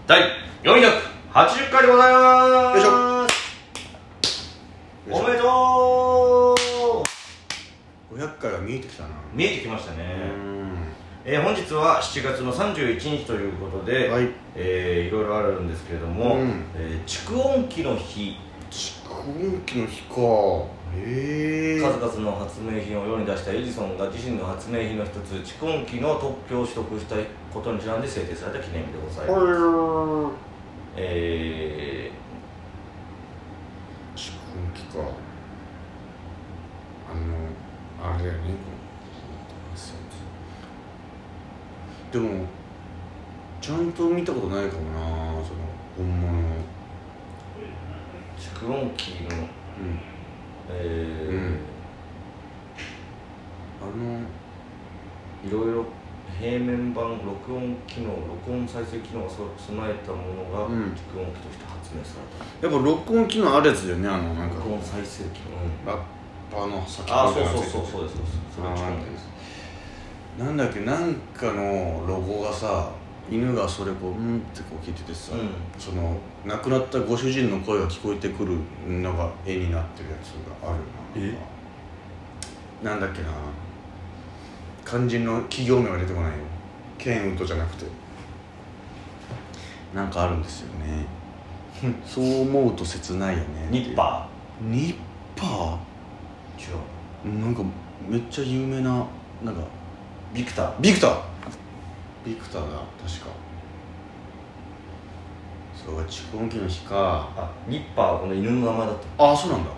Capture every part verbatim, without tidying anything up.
だいよんひゃくはちじゅっかいでございます。 よいしょ。 おめでとう。 ごひゃっかいが見えてきたな。 見えてきましたね。 うん、 えー、本日はしちがつのさんじゅういちにちということで、 はい、 えー、いろいろあるんですけれども、 うんえー、蓄音機の日、 蓄音機の日か。へえ。 数々の発明品を世に出したエジソンが自身の発明品の一つ蓄音機の特許を取得したことにちなんで制定された記念日でございます。 はい。 え蓄音機か。あのあれだよね。でもちゃんと見たことないかもな、その本物のー、蓄音機の、 うんえーうん、あのいろいろ平面版録音機能、録音再生機能を備えたものがうん蓄音機として発明された。 やっぱ録音機能あるやつだよね、あのなんか録音再生機能、 ラッパーの先ああ、 っぽそうみたいなそうそうそうです。それあー蓄音機です。 なんだっけ、なんかのロゴがさ、犬がそれこううんってこう聞いててさ、 うん、 その亡くなったご主人の声が聞こえてくるのが絵になってるやつがあるな。 えなんだっけな、肝心の企業名は出てこないよ。ケンウッドじゃなくてなんかあるんですよねそう思うと切ないよね。 ニッパーニッパー違う、 ーなんかめっちゃ有名な、なんかビクター、 ビクタービクターだ、確か。そう、蓄音機の日か。 あ、ニッパーはこの犬の名前だった。 ああ、そうなんだ、 うん、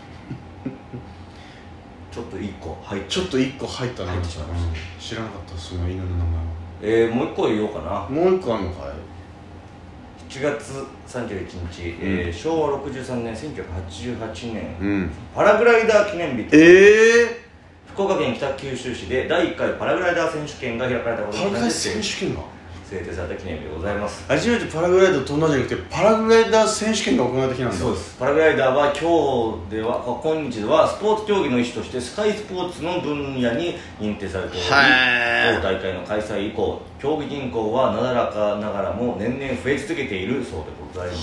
ちょっといっこ入っちょっといっこ入ったな。 入ってしまいました、 うん、知らなかった、その犬の名前は。 えー、もういっこ言おうかな。 もういっこあんのかい。 しちがつさんじゅういちにち、 うん、 えー、しょうわろくじゅうさんねんせんきゅうひゃくはちじゅうはちねん、 うん、 パラグライダー記念日。 ええ福岡県北九州市でだいいっかいパラグライダー選手権が開かれたことパラグライダーになって選手権が制定された記念日でございます。 初めてパラグライダー飛んだんじゃなくて、パラグライダー選手権が行われた日なんだ。 そうです。パラグライダーは今日では今日ではスポーツ競技の一種としてスカイスポーツの分野に認定されており、同大会の開催以降競技人口はなだらかながらも年々増え続けているそうでございます。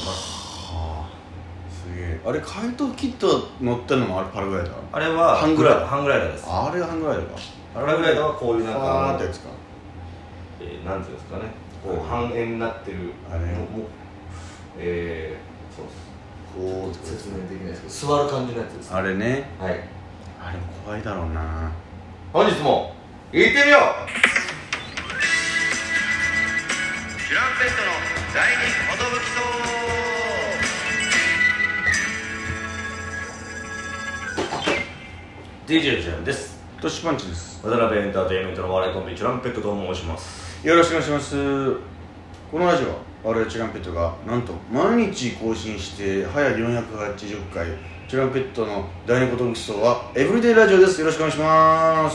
はあ、すげえ。あれ、怪盗キッド乗ってるのもあれパラグライダー。 あれはハングライダー。 ハングライダーです。 あれがハングライダーか。 パラグライダーはこういうなんファかーってやつか。 えー、なんていうんですかね、こう半円になってるあれももえー、そうです。 こう説明できないですけど座る感じのやつです。 あれね。 はい。 あれも怖いだろうな。 本日も行ってみよう。 チュランペットの第二寿そう。 ディージェー ジャンです。 トシパンチです。 渡辺エンターテインメントの笑いコンビチュランペットと申します。 よろしくお願いします。このラジオは我々チュランペットがなんと毎日更新して早よんひゃくはちじゅっかい、チュランペットの第二寿そうはエブリデイラジオです。よろしくお願いします。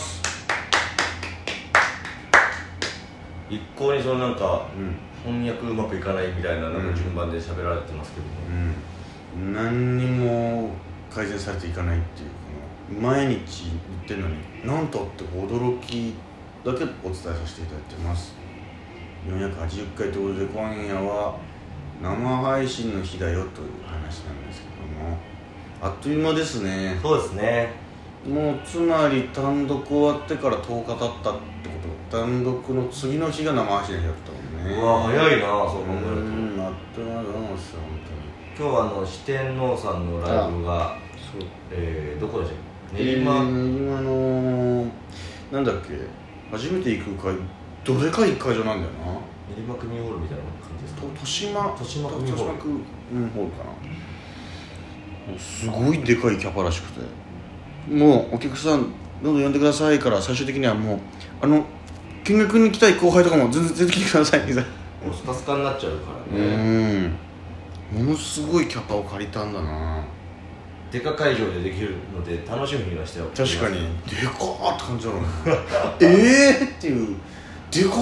一向にそのなんか、 うん、 翻訳うまくいかないみたいななんか順番で喋られてますけども、 うん、何にも改善されていかないっていう、この毎日言ってるのになんとって驚きだけお伝えさせていただいてます。よんひゃくはちじゅっかいということで、今夜は生配信の日だよという話なんですけども、あっという間ですね。 そうですね。 もうつまり単独終わってからとおか経ったってこと、単独の次の日が生配信の日だったもんね。 うわ早いな、そう考えると。 うん、あっという間だな、本当に。 今日はあの四天王さんのライブがそう、 えー、どこでしたっけ、練馬、 えー、練馬のなんだっけ、初めて行く会、どでかい会場なんだよな。 練馬区民ホールみたいな感じですか。 と豊島豊島区民ホール、 豊島区民ホールかな。すごいでかいキャパらしくて、もうお客さんどんどん呼んでくださいから、最終的にはもうあの見学に来たい後輩とかも全然全然来てくださいみたいな。 もうスカスカになっちゃうからね。 うん、ものすごいキャパを借りたんだな。 でか会場でできるので楽しみにはしておきます。 確かにでかーって感じだろうねえーっていう、でかーって感じだろ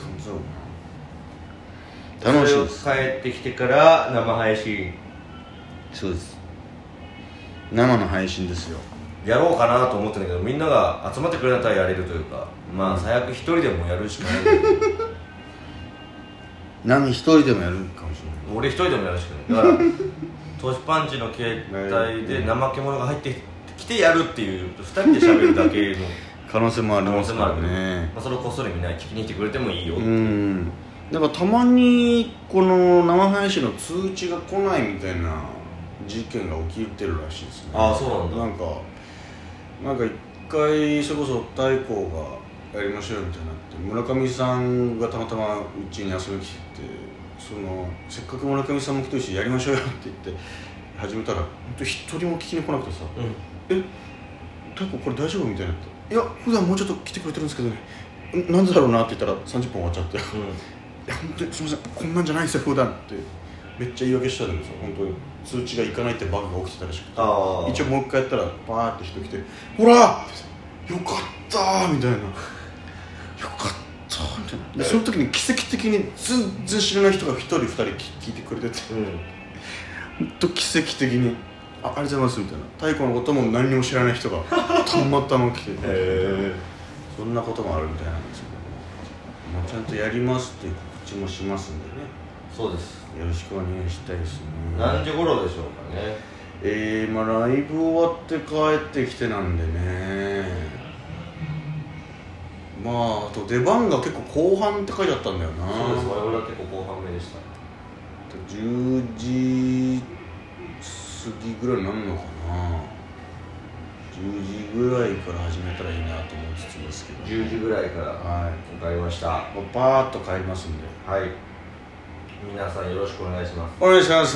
うな。楽しいです。 それを帰ってきてから生配信そうです、生の配信ですよ。 やろうかなと思ってんだけど、みんなが集まってくれたらやれるというか、まあ最悪一人でもやるしかないんだけど何一人でもやるかもしれない。 俺一人でもやるしかないだからトシパンチの携帯で怠け者が入ってきてやるっていうふたりで喋るだけの可能性もありますからね。 まあ、それをこっそりみんな聞きに来てくれてもいいよっていう。 うんだからたまにこの生配信の通知が来ないみたいな事件が起きてるらしいですね。 ああそうなんだ。 なんかなんか一回それこそ太鼓がやりましょうみたいになって村上さんがたまたまうちに遊びに来ててそのせっかく村上さんも来てるしやりましょうよって言って始めたら本当一人も聞きに来なくてさ、うん、え太鼓これ大丈夫みたいになっていや普段もうちょっと来てくれてるんですけどねなんでだろうなって言ったらさんじゅっぷん終わっちゃって、うん、いや本当にすみませんこんなんじゃないですよ普段ってめっちゃ言い訳したんですよ。本当に通知がいかないってバグが起きてたらしくて一応もう一回やったらバーって人来てほらよかったーみたいなよかったーみたいなでその時に奇跡的に全然知らない人が一人二人聞いてくれてて、うん、本当奇跡的にあありがとうございますみたいな太鼓のことも何にも知らない人がたまたま来ててそんなこともあるみたいなんですけど、まあ、ちゃんとやりますっていう告知もしますんでね。 そうです。 よろしくお願いしたいですね。 何時頃でしょうかね。 えー、まあライブ終わって帰ってきてなんでねまああと出番が結構後半って書いてあったんだよな。 そうです。我々は結構後半目でした。 じゅうじ過ぎぐらいになるのかな。じゅうじぐらいから始めたらいいなと思いつつですけどじゅうじぐらいから。はい、わかりました。 パーッと帰りますんではい、皆さんよろしくお願いします。 お願いします。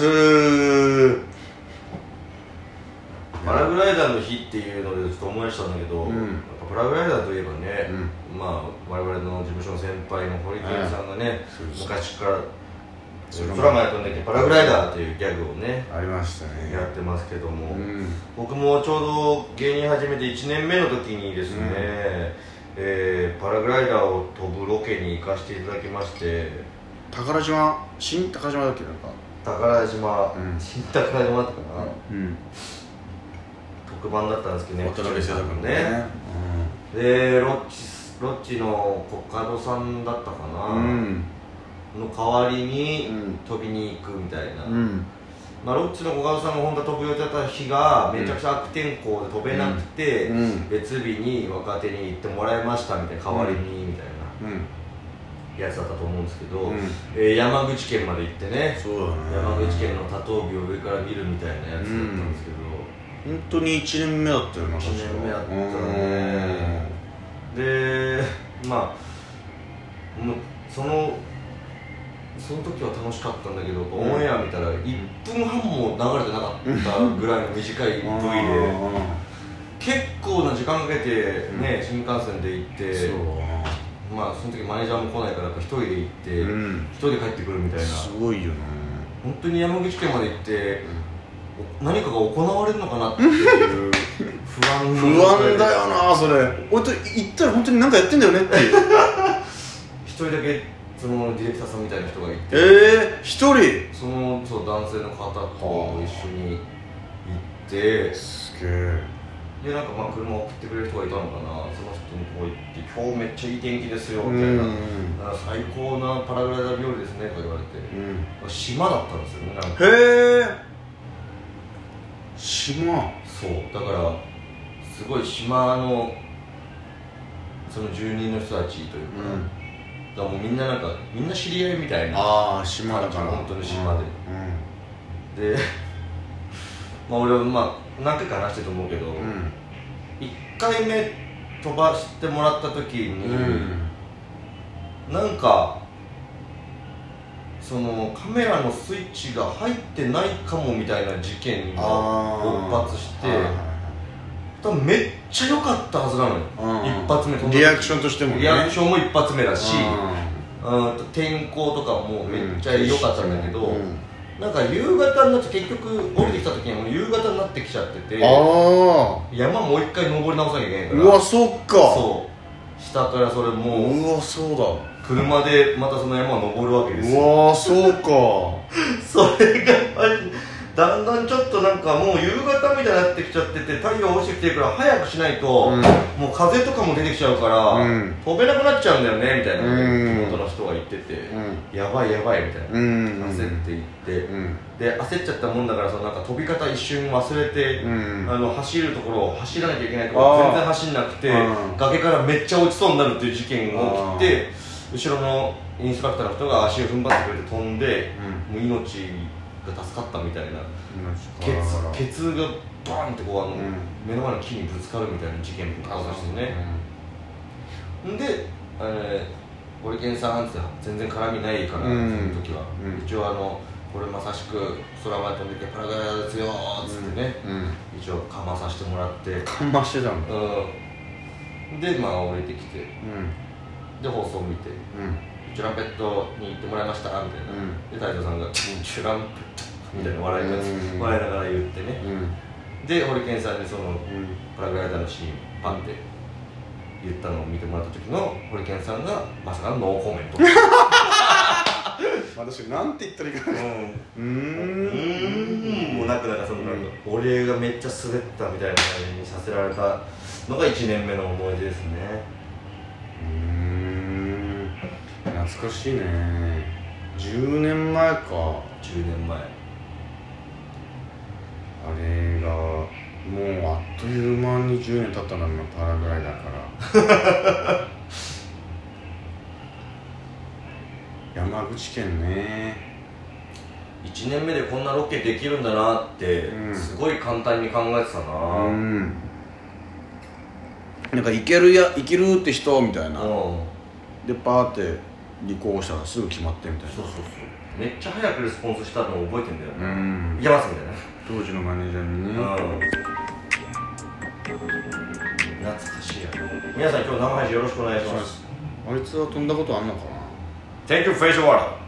パラグライダーの日っていうのでちょっと思い出したんだけど、うん、パラグライダーといえばね、うん、まあ我々の事務所の先輩の堀健さんがね、昔から空前飛んできてパラグライダーというギャグをねありましたねやってますけども、うん、僕もちょうど芸人始めていちねんめの時にですね、うんえー、パラグライダーを飛ぶロケに行かせていただきまして宝島新宝島だっけなんか宝島、うん、新宝島だったかな、うん特番だったんですけどね、 渡辺製作のね、 うん、でロッチロッチのコカドさんだったかな、うん、の代わりに飛びに行くみたいな、うんまあ、ロッチのコカドさんが本当は飛ぶ予定だった日がめちゃくちゃ悪天候で飛べなくて、うん、別日に若手に行ってもらいましたみたいな代わりにみたいな、うんやつだったと思うんですけど、うんえー、山口県まで行ってね、そうだね山口県の多頭尾を上から見るみたいなやつだったんですけど、 本当にいちねんめだったよな。 いちねんめだったね。でまあもうそのその時は楽しかったんだけど、うん、オンエア見たらいっぷんはんも流れてなかったぐらいの短い ブイ で結構な時間かけてね、うん、新幹線で行ってそうまあその時マネージャーも来ないから一人で行って、うん、一人で帰ってくるみたいなすごいよね。 本当に山口県まで行って、うん、何かが行われるのかなっていう不安の不安だよなそれ。本当行ったら本当に何かやってんだよねっていう一人だけそのディレクターさんみたいな人がいてえー、一人そのそう男性の方と一緒に行ってすげえでなんかまあ車を送ってくれる人がいたのかな。その人のとこ行って今日めっちゃいい天気ですよみたいな、うん、最高なパラグライダー日和ですねとか言われて、うん、島だったんですよね。なんかへえ島そうだからすごい島のその住人の人たちというか、うん、だからもうみんななんかみんな知り合いみたいなああ島だから本当に島で、うんうん、でまあ俺はまあ何回か話してると思うけど、うん、いっかいめ飛ばしてもらった時に、うん、なんかそのカメラのスイッチが入ってないかもみたいな事件が勃発して多分めっちゃ良かったはずなのよ。一発目飛んだリアクションとしてもねリアクションも一発目だしうん天候とかもめっちゃ良かったんだけど、うんうんなんか夕方になって結局降りてきた時にはもう夕方になってきちゃっててあ山もう一回登り直さなきゃいけないからうわそっかそう下からそれもううわそうだ車でまたその山を登るわけですよ。 うわそうかそれがだんだんちょっとなんかもう夕方みたいになってきちゃってて、太陽落ちてきてるから早くしないと、うん、もう風とかも出てきちゃうから、うん、飛べなくなっちゃうんだよねみたいな、ね、地元の人が言ってて、うん、やばいやばいみたいな、うん、焦っていって、うん、で焦っちゃったもんだからそのなんか飛び方一瞬忘れて、うん、あの走るところを走らなきゃいけないところ全然走んなくて、うん、崖からめっちゃ落ちそうになるっていう事件が起きて、後ろのインストラクターの人が足を踏ん張ってくれて飛んで、うん、もう命が助かったみたいな、ケツ、ケツがバーンってこうあの、うん、目の前の木にぶつかるみたいな事件が発生してね、うん、で、えー、ホリケンさんって全然絡みないから、うん、その時は、うん、一応あのこれまさしく空まで飛んでてパラグライダーですよーっつってね、うんうん、一応かまさせてもらってかましてたんだ、 うん、でまあ降りてきて、うん、で放送を見て、うんチュランペットに行ってもらいましたみたいな、うん、で太蔵さんがチュランペットみたいな笑いが、うん、笑いながら言ってね、うん、でホリケンさんにその、うん、パラグライダーのシーンパンって言ったのを見てもらった時のホリケンさんがまさかのノーコメント私なんて言ったらいいかな、うん、うーんもうなんかなんかその、うん、俺がめっちゃ滑ったみたいな感じにさせられたのがいちねんめの思い出ですね。 懐かしいね。じゅうねんまえか。 じゅうねんまえ。 あれがもうあっという間にじゅうねん経ったんだな、パラグライダーから山口県ね。 いちねんめでこんなロケできるんだなって、うん、すごい簡単に考えてたな、うん、 なんかいけるやいけるって人みたいな、うん、でパーって立候補したらすぐ決まってみたいな。 そうそうそうめっちゃ早くレスポンスしたのを覚えてんだよね。うんいけますみたいな当時のマネージャーにね、うん、 懐かしいや皆さん今日生配信よろしくお願いします。 あいつは飛んだことあんのかな。 Thank you, Fraser Water